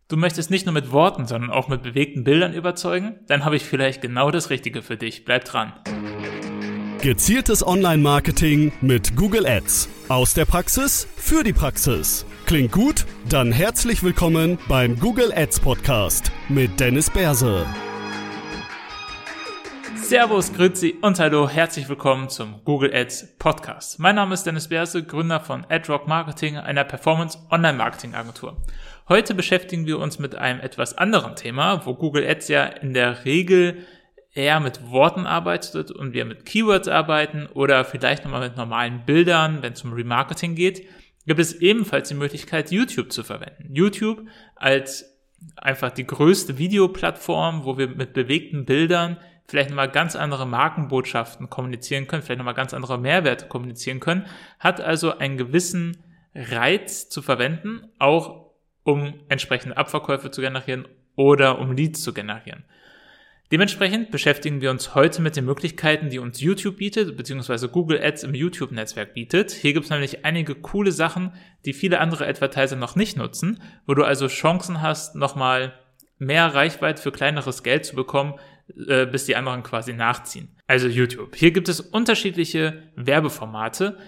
Du möchtest nicht nur mit Worten, sondern auch mit bewegten Bildern überzeugen? Dann habe ich vielleicht genau das Richtige für dich. Bleib dran. Gezieltes Online-Marketing mit Google Ads. Aus der Praxis für die Praxis. Klingt gut? Dann herzlich willkommen beim Google Ads Podcast mit Dennis Berse. Servus, Grüezi und hallo, herzlich willkommen zum Google Ads Podcast. Mein Name ist Dennis Berse, Gründer von AdRock Marketing, einer Performance-Online-Marketing-Agentur. Heute beschäftigen wir uns mit einem etwas anderen Thema, wo Google Ads ja in der Regel eher mit Worten arbeitet und wir mit Keywords arbeiten oder vielleicht nochmal mit normalen Bildern, wenn es um Remarketing geht, gibt es ebenfalls die Möglichkeit, YouTube zu verwenden. YouTube als einfach die größte Videoplattform, wo wir mit bewegten Bildern vielleicht nochmal ganz andere Markenbotschaften kommunizieren können, vielleicht nochmal ganz andere Mehrwerte kommunizieren können, hat also einen gewissen Reiz zu verwenden, auch um entsprechende Abverkäufe zu generieren oder um Leads zu generieren. Dementsprechend beschäftigen wir uns heute mit den Möglichkeiten, die uns YouTube bietet, beziehungsweise Google Ads im YouTube-Netzwerk bietet. Hier gibt es nämlich einige coole Sachen, die viele andere Advertiser noch nicht nutzen, wo du also Chancen hast, nochmal mehr Reichweite für kleineres Geld zu bekommen, bis die anderen quasi nachziehen. Also YouTube. Hier gibt es unterschiedliche Werbeformate.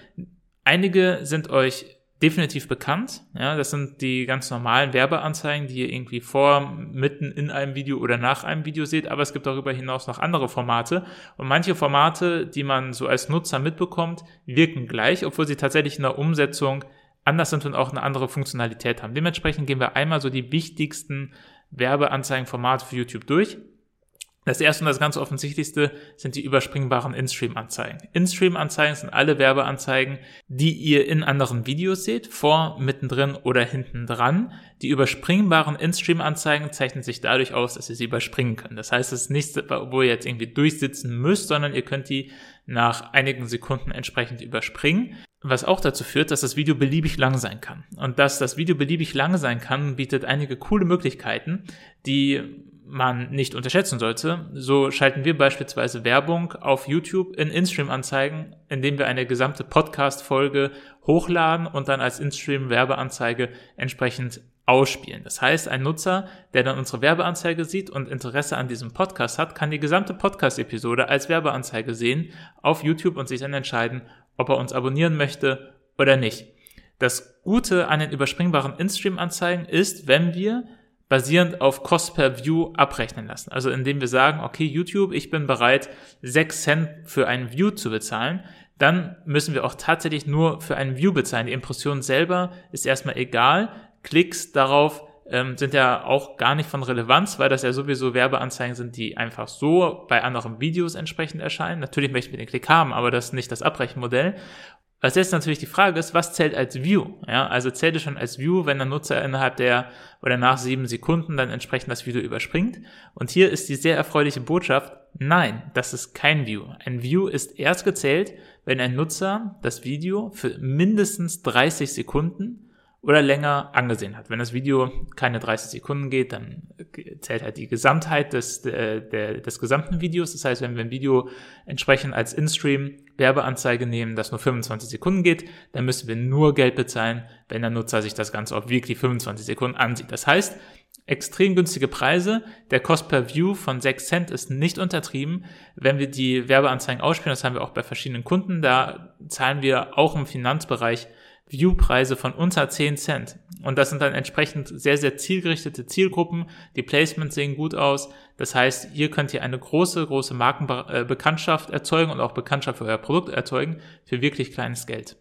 Einige sind euch definitiv bekannt. Ja, das sind die ganz normalen Werbeanzeigen, die ihr irgendwie mitten in einem Video oder nach einem Video seht. Aber es gibt darüber hinaus noch andere Formate. Und manche Formate, die man so als Nutzer mitbekommt, wirken gleich, obwohl sie tatsächlich in der Umsetzung anders sind und auch eine andere Funktionalität haben. Dementsprechend gehen wir einmal so die wichtigsten Werbeanzeigenformate für YouTube durch. Das erste und das ganz offensichtlichste sind die überspringbaren In-Stream-Anzeigen. In-Stream-Anzeigen sind alle Werbeanzeigen, die ihr in anderen Videos seht, mittendrin oder hinten dran. Die überspringbaren In-Stream-Anzeigen zeichnen sich dadurch aus, dass ihr sie überspringen könnt. Das heißt, es ist nichts, wo ihr jetzt irgendwie durchsitzen müsst, sondern ihr könnt die nach einigen Sekunden entsprechend überspringen. Was auch dazu führt, dass das Video beliebig lang sein kann. Und dass das Video beliebig lang sein kann, bietet einige coole Möglichkeiten, die man nicht unterschätzen sollte. So schalten wir beispielsweise Werbung auf YouTube in In-Stream-Anzeigen, indem wir eine gesamte Podcast-Folge hochladen und dann als In-Stream-Werbeanzeige entsprechend ausspielen. Das heißt, ein Nutzer, der dann unsere Werbeanzeige sieht und Interesse an diesem Podcast hat, kann die gesamte Podcast-Episode als Werbeanzeige sehen auf YouTube und sich dann entscheiden, ob er uns abonnieren möchte oder nicht. Das Gute an den überspringbaren In-Stream-Anzeigen ist, wenn wir basierend auf Cost per View abrechnen lassen. Also indem wir sagen, okay, YouTube, ich bin bereit, 6 Cent für ein View zu bezahlen, dann müssen wir auch tatsächlich nur für ein View bezahlen. Die Impression selber ist erstmal egal. Klicks darauf sind ja auch gar nicht von Relevanz, weil das ja sowieso Werbeanzeigen sind, die einfach so bei anderen Videos entsprechend erscheinen. Natürlich möchten wir den Klick haben, aber das ist nicht das Abrechenmodell. Was jetzt natürlich die Frage ist, was zählt als View? Ja, also zählt es schon als View, wenn der Nutzer innerhalb nach 7 Sekunden dann entsprechend das Video überspringt? Und hier ist die sehr erfreuliche Botschaft, nein, das ist kein View. Ein View ist erst gezählt, wenn ein Nutzer das Video für mindestens 30 Sekunden oder länger angesehen hat. Wenn das Video keine 30 Sekunden geht, dann zählt halt die Gesamtheit des gesamten Videos. Das heißt, wenn wir ein Video entsprechend als In-Stream Werbeanzeige nehmen, das nur 25 Sekunden geht, dann müssen wir nur Geld bezahlen, wenn der Nutzer sich das Ganze auf wirklich 25 Sekunden ansieht. Das heißt, extrem günstige Preise. Der Cost per View von 6 Cent ist nicht untertrieben. Wenn wir die Werbeanzeigen ausspielen, das haben wir auch bei verschiedenen Kunden, da zahlen wir auch im Finanzbereich Viewpreise von unter 10 Cent. Und das sind dann entsprechend sehr, sehr zielgerichtete Zielgruppen. Die Placements sehen gut aus. Das heißt, hier könnt ihr eine große Markenbekanntschaft erzeugen und auch Bekanntschaft für euer Produkt erzeugen für wirklich kleines Geld.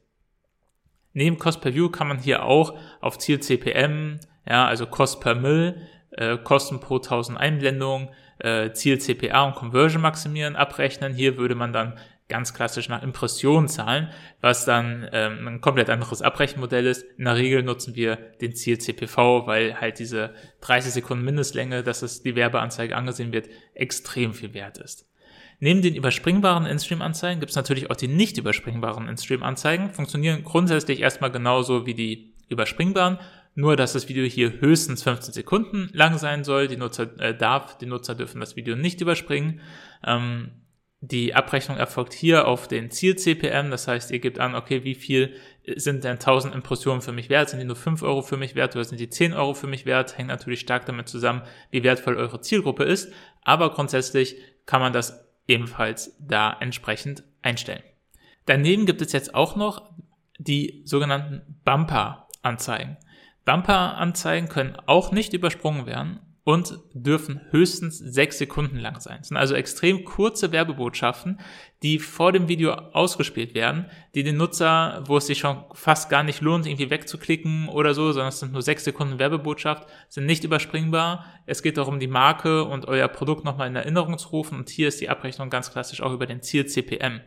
Neben Cost per View kann man hier auch auf Ziel CPM, ja, also Cost per Mill, Kosten pro 1000 Einblendungen, Ziel CPA und Conversion maximieren, abrechnen. Hier würde man dann ganz klassisch nach Impressionen zahlen, was dann ein komplett anderes Abrechenmodell ist. In der Regel nutzen wir den Ziel CPV, weil halt diese 30 Sekunden Mindestlänge, dass es die Werbeanzeige angesehen wird, extrem viel wert ist. Neben den überspringbaren In-Stream-Anzeigen gibt es natürlich auch die nicht überspringbaren In-Stream-Anzeigen. Funktionieren grundsätzlich erstmal genauso wie die überspringbaren, nur dass das Video hier höchstens 15 Sekunden lang sein soll. Die Nutzer dürfen das Video nicht überspringen. Die Abrechnung erfolgt hier auf den Ziel-CPM, das heißt, ihr gebt an, okay, wie viel sind denn 1000 Impressionen für mich wert? Sind die nur 5 Euro für mich wert oder sind die 10 Euro für mich wert? Hängt natürlich stark damit zusammen, wie wertvoll eure Zielgruppe ist, aber grundsätzlich kann man das ebenfalls da entsprechend einstellen. Daneben gibt es jetzt auch noch die sogenannten Bumper-Anzeigen. Bumper-Anzeigen können auch nicht übersprungen werden und dürfen höchstens 6 Sekunden lang sein. Das sind also extrem kurze Werbebotschaften, die vor dem Video ausgespielt werden, die den Nutzer, wo es sich schon fast gar nicht lohnt, irgendwie wegzuklicken oder so, sondern es sind nur 6 Sekunden Werbebotschaft, sind nicht überspringbar. Es geht darum, die Marke und euer Produkt nochmal in Erinnerung zu rufen und hier ist die Abrechnung ganz klassisch auch über den Ziel-CPM.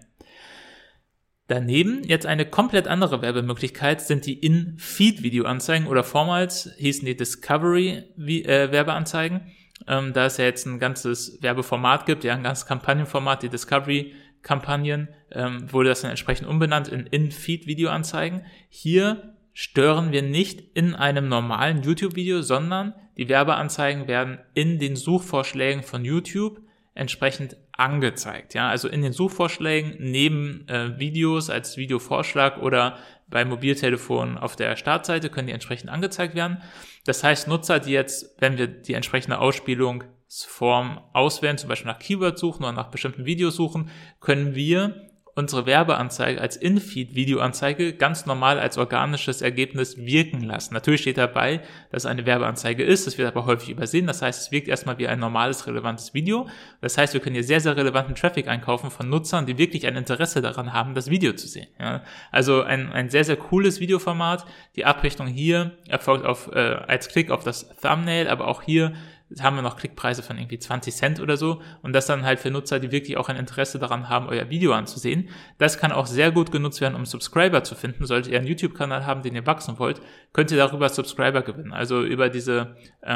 Daneben jetzt eine komplett andere Werbemöglichkeit sind die In-Feed-Video-Anzeigen oder vormals hießen die Discovery-Werbeanzeigen. Da es ja jetzt ein ganzes Werbeformat gibt, ja ein ganzes Kampagnenformat, die Discovery-Kampagnen, wurde das dann entsprechend umbenannt in In-Feed-Video-Anzeigen. Hier stören wir nicht in einem normalen YouTube-Video, sondern die Werbeanzeigen werden in den Suchvorschlägen von YouTube entsprechend angezeigt, ja, also in den Suchvorschlägen neben Videos als Videovorschlag oder bei Mobiltelefonen auf der Startseite können die entsprechend angezeigt werden. Das heißt, Nutzer, die jetzt, wenn wir die entsprechende Ausspielungsform auswählen, zum Beispiel nach Keywords suchen oder nach bestimmten Videos suchen, können wir unsere Werbeanzeige als In-Feed-Videoanzeige ganz normal als organisches Ergebnis wirken lassen. Natürlich steht dabei, dass es eine Werbeanzeige ist, das wird aber häufig übersehen. Das heißt, es wirkt erstmal wie ein normales, relevantes Video. Das heißt, wir können hier sehr, sehr relevanten Traffic einkaufen von Nutzern, die wirklich ein Interesse daran haben, das Video zu sehen. Ja, also ein sehr, sehr cooles Videoformat. Die Abrechnung hier erfolgt als Klick auf das Thumbnail, aber auch hier haben wir noch Klickpreise von irgendwie 20 Cent oder so und das dann halt für Nutzer, die wirklich auch ein Interesse daran haben, euer Video anzusehen. Das kann auch sehr gut genutzt werden, um Subscriber zu finden. Solltet ihr einen YouTube-Kanal haben, den ihr wachsen wollt, könnt ihr darüber Subscriber gewinnen. Also über diese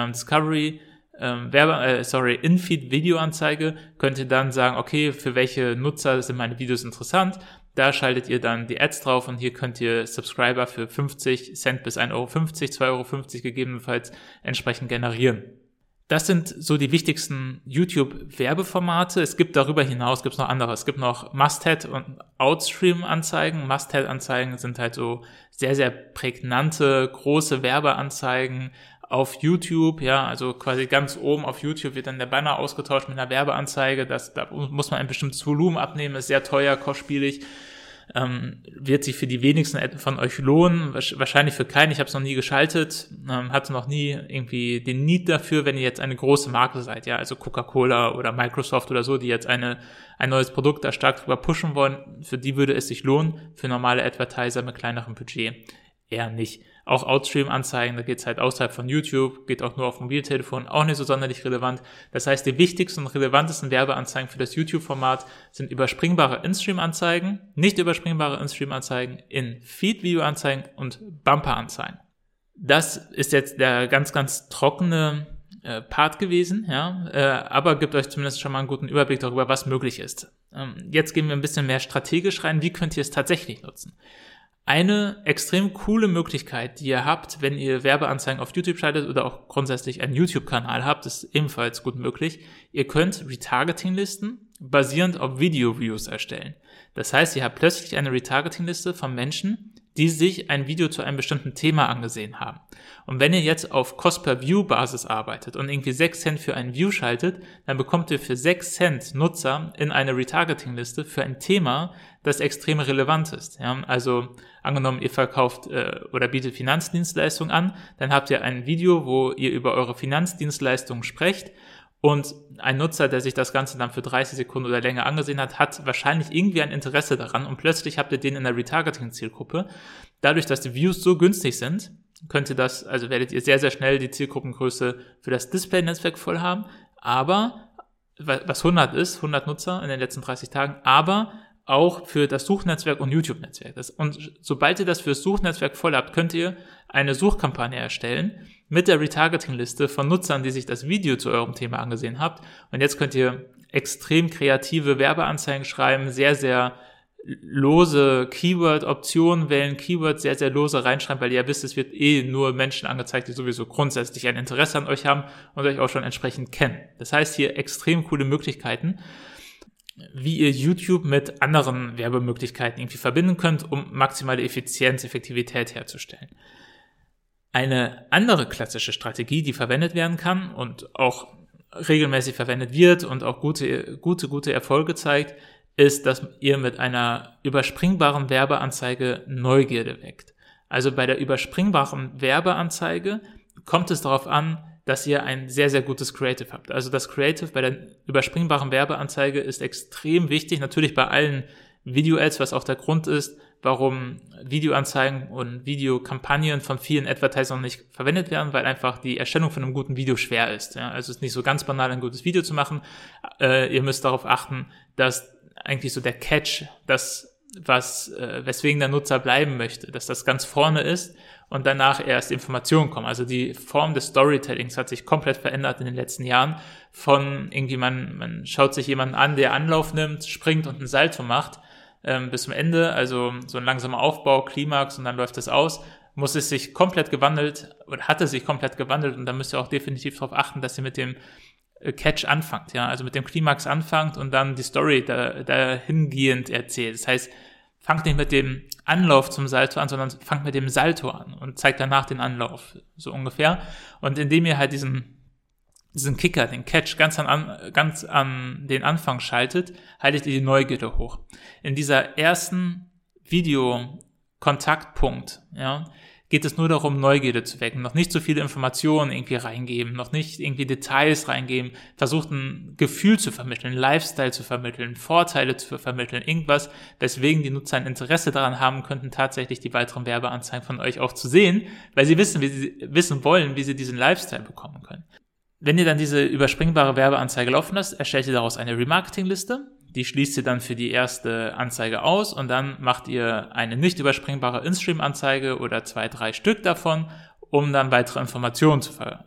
In-Feed-Videoanzeige könnt ihr dann sagen, okay, für welche Nutzer sind meine Videos interessant. Da schaltet ihr dann die Ads drauf und hier könnt ihr Subscriber für 50 Cent bis 1,50 Euro, 2,50 Euro gegebenenfalls entsprechend generieren. Das sind so die wichtigsten YouTube-Werbeformate. Es gibt darüber hinaus noch andere. Es gibt noch Must-Have und Outstream-Anzeigen. Must-Have-Anzeigen sind halt so sehr, sehr prägnante, große Werbeanzeigen auf YouTube. Ja, also quasi ganz oben auf YouTube wird dann der Banner ausgetauscht mit einer Werbeanzeige. Da muss man ein bestimmtes Volumen abnehmen, ist sehr teuer, kostspielig. Wird sich für die wenigsten von euch lohnen, wahrscheinlich für keinen, ich habe es noch nie geschaltet, hatte noch nie irgendwie den Need dafür, wenn ihr jetzt eine große Marke seid, ja, also Coca-Cola oder Microsoft oder so, die jetzt ein neues Produkt da stark drüber pushen wollen, für die würde es sich lohnen, für normale Advertiser mit kleinerem Budget eher nicht. Auch Outstream-Anzeigen, da geht's halt außerhalb von YouTube, geht auch nur auf Mobiltelefon, auch nicht so sonderlich relevant. Das heißt, die wichtigsten und relevantesten Werbeanzeigen für das YouTube-Format sind überspringbare In-Stream-Anzeigen, nicht überspringbare In-Stream-Anzeigen, In-Feed-Video-Anzeigen und Bumper-Anzeigen. Das ist jetzt der ganz, ganz trockene Part gewesen, ja, aber gibt euch zumindest schon mal einen guten Überblick darüber, was möglich ist. Jetzt gehen wir ein bisschen mehr strategisch rein, wie könnt ihr es tatsächlich nutzen? Eine extrem coole Möglichkeit, die ihr habt, wenn ihr Werbeanzeigen auf YouTube schaltet oder auch grundsätzlich einen YouTube-Kanal habt, ist ebenfalls gut möglich. Ihr könnt Retargeting-Listen basierend auf Video-Views erstellen. Das heißt, ihr habt plötzlich eine Retargeting-Liste von Menschen, die sich ein Video zu einem bestimmten Thema angesehen haben. Und wenn ihr jetzt auf Cost-per-View-Basis arbeitet und irgendwie 6 Cent für ein View schaltet, dann bekommt ihr für 6 Cent Nutzer in eine Retargeting-Liste für ein Thema, das extrem relevant ist. Ja, also angenommen, ihr verkauft oder bietet Finanzdienstleistungen an, dann habt ihr ein Video, wo ihr über eure Finanzdienstleistungen sprecht. Und ein Nutzer, der sich das Ganze dann für 30 Sekunden oder länger angesehen hat, hat wahrscheinlich irgendwie ein Interesse daran und plötzlich habt ihr den in der Retargeting-Zielgruppe. Dadurch, dass die Views so günstig sind, werdet ihr sehr, sehr schnell die Zielgruppengröße für das Display-Netzwerk voll haben. Aber, was 100 Nutzer in den letzten 30 Tagen, aber auch für das Suchnetzwerk und YouTube-Netzwerk. Und sobald ihr das für das Suchnetzwerk voll habt, könnt ihr eine Suchkampagne erstellen mit der Retargeting-Liste von Nutzern, die sich das Video zu eurem Thema angesehen habt. Und jetzt könnt ihr extrem kreative Werbeanzeigen schreiben, sehr, sehr lose Keyword-Optionen wählen, Keywords sehr, sehr lose reinschreiben, weil ihr ja wisst, es wird nur Menschen angezeigt, die sowieso grundsätzlich ein Interesse an euch haben und euch auch schon entsprechend kennen. Das heißt, hier extrem coole Möglichkeiten. wie ihr YouTube mit anderen Werbemöglichkeiten irgendwie verbinden könnt, um maximale Effizienz, Effektivität herzustellen. Eine andere klassische Strategie, die verwendet werden kann und auch regelmäßig verwendet wird und auch gute Erfolge zeigt, ist, dass ihr mit einer überspringbaren Werbeanzeige Neugierde weckt. Also bei der überspringbaren Werbeanzeige kommt es darauf an, dass ihr ein sehr, sehr gutes Creative habt. Also das Creative bei der überspringbaren Werbeanzeige ist extrem wichtig, natürlich bei allen Video-Ads, was auch der Grund ist, warum Videoanzeigen und Videokampagnen von vielen Advertisern nicht verwendet werden, weil einfach die Erstellung von einem guten Video schwer ist. Ja? Also es ist nicht so ganz banal, ein gutes Video zu machen. Ihr müsst darauf achten, dass eigentlich so der Catch, weswegen der Nutzer bleiben möchte, dass das ganz vorne ist und danach erst Informationen kommen. Also die Form des Storytellings hat sich komplett verändert in den letzten Jahren. Von irgendwie man schaut sich jemanden an, der Anlauf nimmt, springt und einen Salto macht, bis zum Ende, also so ein langsamer Aufbau, Klimax und dann läuft es aus, hat es sich komplett gewandelt und da müsst ihr auch definitiv darauf achten, dass ihr mit dem Catch anfangt, ja, also mit dem Klimax anfangt und dann die Story dahingehend erzählt. Das heißt, fangt nicht mit dem Anlauf zum Salto an, sondern fangt mit dem Salto an und zeigt danach den Anlauf, so ungefähr. Und indem ihr halt diesen Kicker, den Catch ganz an den Anfang schaltet, haltet ihr die Neugierde hoch. In dieser ersten Videokontaktpunkt, ja, geht es nur darum, Neugierde zu wecken, noch nicht so viele Informationen irgendwie reingeben, noch nicht irgendwie Details reingeben, versucht ein Gefühl zu vermitteln, Lifestyle zu vermitteln, Vorteile zu vermitteln, irgendwas, weswegen die Nutzer ein Interesse daran haben könnten, tatsächlich die weiteren Werbeanzeigen von euch auch zu sehen, weil sie wissen wollen, wie sie diesen Lifestyle bekommen können. Wenn ihr dann diese überspringbare Werbeanzeige laufen lasst, erstellt ihr daraus eine Remarketing-Liste. Die schließt ihr dann für die erste Anzeige aus und dann macht ihr eine nicht überspringbare In-Stream-Anzeige oder 2-3 Stück davon, um dann weitere Informationen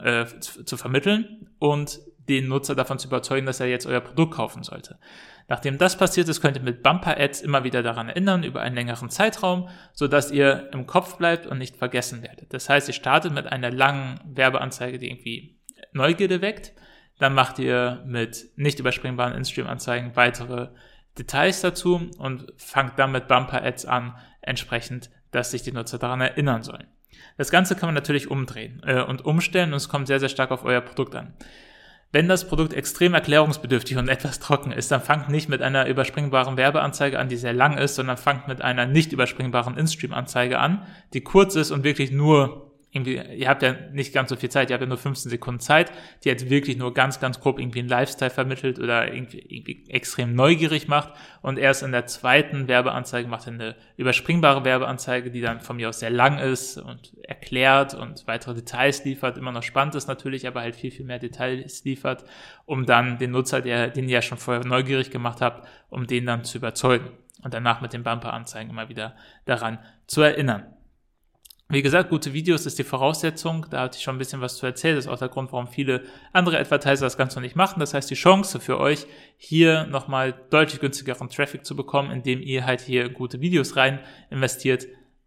zu vermitteln und den Nutzer davon zu überzeugen, dass er jetzt euer Produkt kaufen sollte. Nachdem das passiert ist, könnt ihr mit Bumper-Ads immer wieder daran erinnern, über einen längeren Zeitraum, sodass ihr im Kopf bleibt und nicht vergessen werdet. Das heißt, ihr startet mit einer langen Werbeanzeige, die irgendwie Neugierde weckt. Dann macht ihr mit nicht überspringbaren In-Stream-Anzeigen weitere Details dazu und fangt dann mit Bumper-Ads an, entsprechend, dass sich die Nutzer daran erinnern sollen. Das Ganze kann man natürlich umdrehen und umstellen und es kommt sehr, sehr stark auf euer Produkt an. Wenn das Produkt extrem erklärungsbedürftig und etwas trocken ist, dann fangt nicht mit einer überspringbaren Werbeanzeige an, die sehr lang ist, sondern fangt mit einer nicht überspringbaren In-Stream-Anzeige an, die kurz ist und wirklich nur irgendwie, ihr habt ja nicht ganz so viel Zeit, ihr habt ja nur 15 Sekunden Zeit, die jetzt wirklich nur ganz, ganz grob irgendwie einen Lifestyle vermittelt oder irgendwie extrem neugierig macht und erst in der zweiten Werbeanzeige macht ihr eine überspringbare Werbeanzeige, die dann von mir aus sehr lang ist und erklärt und weitere Details liefert, immer noch spannend ist natürlich, aber halt viel, viel mehr Details liefert, um dann den Nutzer, den ihr ja schon vorher neugierig gemacht habt, um den dann zu überzeugen und danach mit den Bumper-Anzeigen immer wieder daran zu erinnern. Wie gesagt, gute Videos ist die Voraussetzung, da hatte ich schon ein bisschen was zu erzählen, das ist auch der Grund, warum viele andere Advertiser das Ganze noch nicht machen. Das heißt, die Chance für euch, hier nochmal deutlich günstigeren Traffic zu bekommen, indem ihr halt hier gute Videos rein investiert,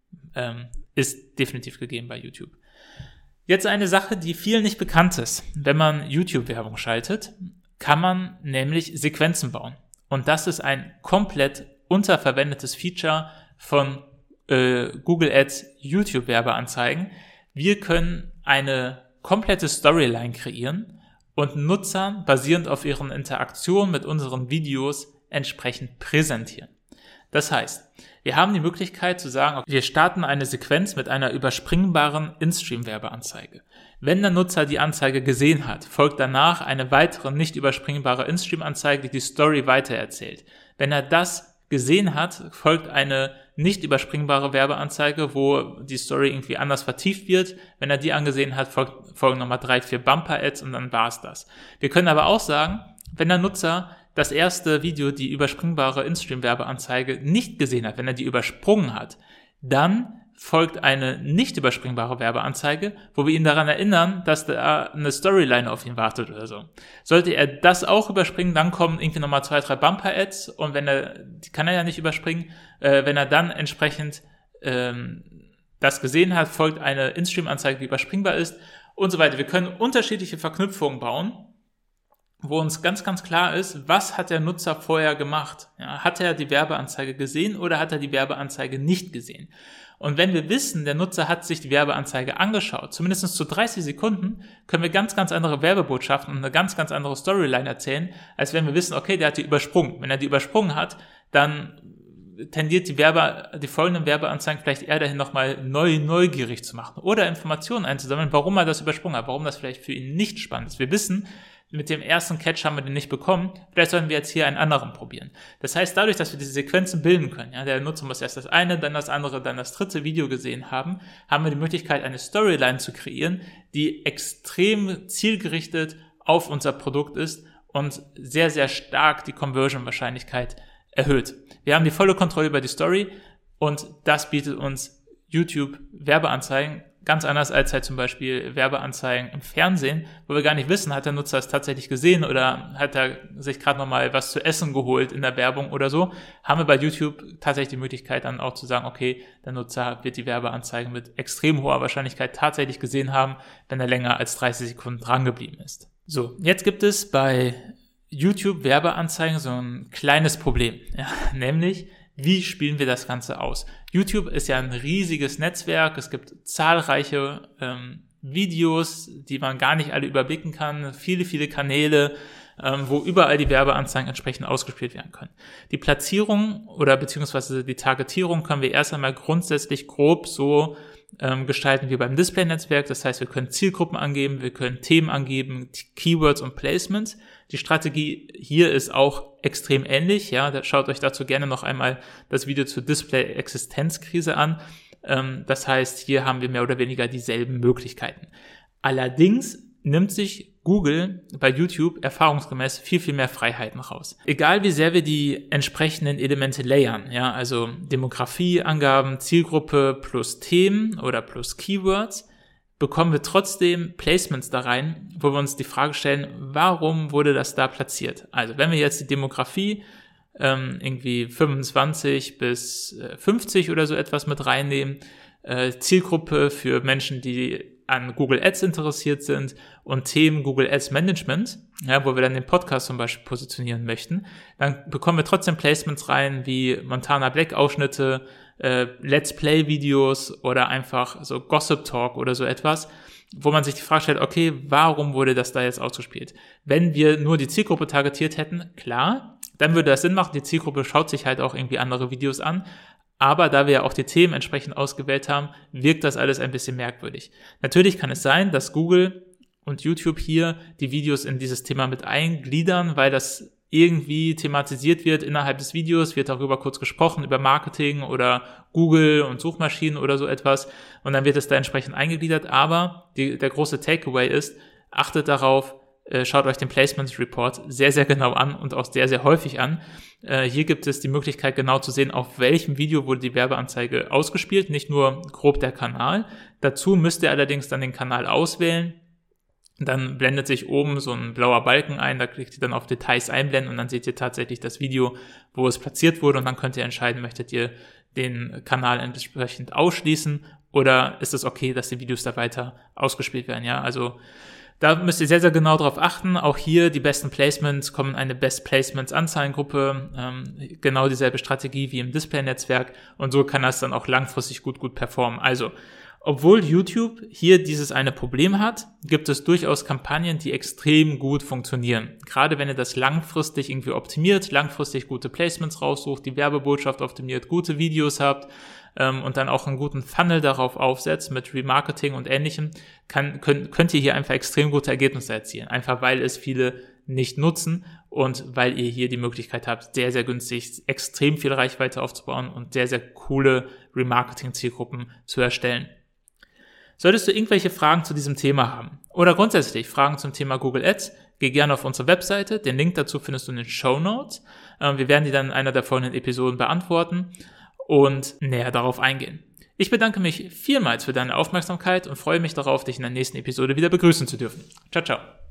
ist definitiv gegeben bei YouTube. Jetzt eine Sache, die vielen nicht bekannt ist. Wenn man YouTube-Werbung schaltet, kann man nämlich Sequenzen bauen. Und das ist ein komplett unterverwendetes Feature von Google Ads YouTube Werbeanzeigen. Wir können eine komplette Storyline kreieren und Nutzern basierend auf ihren Interaktionen mit unseren Videos entsprechend präsentieren. Das heißt, wir haben die Möglichkeit zu sagen, wir starten eine Sequenz mit einer überspringbaren In-Stream Werbeanzeige. Wenn der Nutzer die Anzeige gesehen hat, folgt danach eine weitere nicht überspringbare In-Stream Anzeige, die die Story weitererzählt. Wenn er das gesehen hat, folgt eine nicht überspringbare Werbeanzeige, wo die Story irgendwie anders vertieft wird. Wenn er die angesehen hat, folgen nochmal 3-4 Bumper-Ads und dann war's das. Wir können aber auch sagen, wenn der Nutzer das erste Video, die überspringbare In-Stream-Werbeanzeige, nicht gesehen hat, wenn er die übersprungen hat, dann folgt eine nicht überspringbare Werbeanzeige, wo wir ihn daran erinnern, dass da eine Storyline auf ihn wartet oder so. Sollte er das auch überspringen, dann kommen irgendwie nochmal 2-3 Bumper-Ads und die kann er ja nicht überspringen, wenn er dann entsprechend das gesehen hat, folgt eine In-Stream-Anzeige, die überspringbar ist und so weiter. Wir können unterschiedliche Verknüpfungen bauen wo uns ganz, ganz klar ist, was hat der Nutzer vorher gemacht? Ja, hat er die Werbeanzeige gesehen oder hat er die Werbeanzeige nicht gesehen? Und wenn wir wissen, der Nutzer hat sich die Werbeanzeige angeschaut, zumindest zu 30 Sekunden, können wir ganz, ganz andere Werbebotschaften und eine ganz, ganz andere Storyline erzählen, als wenn wir wissen, okay, der hat die übersprungen. Wenn er die übersprungen hat, dann tendiert die folgenden Werbeanzeigen vielleicht eher dahin, nochmal neugierig zu machen oder Informationen einzusammeln, warum er das übersprungen hat, warum das vielleicht für ihn nicht spannend ist. Wir wissen, mit dem ersten Catch haben wir den nicht bekommen, vielleicht sollten wir jetzt hier einen anderen probieren. Das heißt, dadurch, dass wir diese Sequenzen bilden können, ja, der Nutzer muss erst das eine, dann das andere, dann das dritte Video gesehen haben, haben wir die Möglichkeit, eine Storyline zu kreieren, die extrem zielgerichtet auf unser Produkt ist und sehr, sehr stark die Conversion-Wahrscheinlichkeit erhöht. Wir haben die volle Kontrolle über die Story und das bietet uns YouTube-Werbeanzeigen ganz anders als halt zum Beispiel Werbeanzeigen im Fernsehen, wo wir gar nicht wissen, hat der Nutzer es tatsächlich gesehen oder hat er sich gerade nochmal was zu essen geholt in der Werbung oder so, haben wir bei YouTube tatsächlich die Möglichkeit dann auch zu sagen, okay, der Nutzer wird die Werbeanzeigen mit extrem hoher Wahrscheinlichkeit tatsächlich gesehen haben, wenn er länger als 30 Sekunden dran geblieben ist. So, jetzt gibt es bei YouTube-Werbeanzeigen so ein kleines Problem, ja, nämlich, wie spielen wir das Ganze aus? YouTube ist ja ein riesiges Netzwerk, es gibt zahlreiche Videos, die man gar nicht alle überblicken kann, viele, viele Kanäle, wo überall die Werbeanzeigen entsprechend ausgespielt werden können. Die Platzierung oder beziehungsweise die Targetierung können wir erst einmal grundsätzlich grob so gestalten wie beim Display-Netzwerk. Das heißt, wir können Zielgruppen angeben, wir können Themen angeben, Keywords und Placements. Die Strategie hier ist auch extrem ähnlich. Ja, schaut euch dazu gerne noch einmal das Video zur Display-Existenzkrise an. Das heißt, hier haben wir mehr oder weniger dieselben Möglichkeiten. Allerdings nimmt sich Google bei YouTube erfahrungsgemäß viel, viel mehr Freiheiten raus. Egal wie sehr wir die entsprechenden Elemente layern, ja, also Demografie, Angaben, Zielgruppe plus Themen oder plus Keywords, bekommen wir trotzdem Placements da rein, wo wir uns die Frage stellen, warum wurde das da platziert? Also wenn wir jetzt die Demografie irgendwie 25 bis 50 oder so etwas mit reinnehmen, Zielgruppe für Menschen, die an Google Ads interessiert sind und Themen Google Ads Management, ja, wo wir dann den Podcast zum Beispiel positionieren möchten, dann bekommen wir trotzdem Placements rein wie Montana Black Ausschnitte, Let's Play Videos oder einfach so Gossip Talk oder so etwas, wo man sich die Frage stellt, okay, warum wurde das da jetzt ausgespielt? Wenn wir nur die Zielgruppe targetiert hätten, klar, dann würde das Sinn machen, die Zielgruppe schaut sich halt auch irgendwie andere Videos an, aber da wir ja auch die Themen entsprechend ausgewählt haben, wirkt das alles ein bisschen merkwürdig. Natürlich kann es sein, dass Google und YouTube hier die Videos in dieses Thema mit eingliedern, weil das irgendwie thematisiert wird innerhalb des Videos, wird darüber kurz gesprochen, über Marketing oder Google und Suchmaschinen oder so etwas und dann wird es da entsprechend eingegliedert, aber der große Takeaway ist, achtet darauf, schaut euch den Placement Report sehr, sehr genau an und auch sehr, sehr häufig an. Hier gibt es die Möglichkeit genau zu sehen, auf welchem Video wurde die Werbeanzeige ausgespielt, nicht nur grob der Kanal. Dazu müsst ihr allerdings dann den Kanal auswählen. Dann blendet sich oben so ein blauer Balken ein, da klickt ihr dann auf Details einblenden und dann seht ihr tatsächlich das Video, wo es platziert wurde und dann könnt ihr entscheiden, möchtet ihr den Kanal entsprechend ausschließen oder ist es okay, dass die Videos da weiter ausgespielt werden, ja, also da müsst ihr sehr, sehr genau drauf achten. Auch hier die besten Placements kommen in eine Best Placements Anzeigengruppe. Genau dieselbe Strategie wie im Display-Netzwerk. Und so kann das dann auch langfristig gut performen. Also, obwohl YouTube hier dieses eine Problem hat, gibt es durchaus Kampagnen, die extrem gut funktionieren. Gerade wenn ihr das langfristig irgendwie optimiert, langfristig gute Placements raussucht, die Werbebotschaft optimiert, gute Videos habt, und dann auch einen guten Funnel darauf aufsetzt mit Remarketing und Ähnlichem, könnt ihr hier einfach extrem gute Ergebnisse erzielen. Einfach weil es viele nicht nutzen und weil ihr hier die Möglichkeit habt, sehr, sehr günstig extrem viel Reichweite aufzubauen und sehr, sehr coole Remarketing-Zielgruppen zu erstellen. Solltest du irgendwelche Fragen zu diesem Thema haben oder grundsätzlich Fragen zum Thema Google Ads, geh gerne auf unsere Webseite. Den Link dazu findest du in den Shownotes. Wir werden die dann in einer der folgenden Episoden beantworten und näher darauf eingehen. Ich bedanke mich vielmals für deine Aufmerksamkeit und freue mich darauf, dich in der nächsten Episode wieder begrüßen zu dürfen. Ciao, ciao.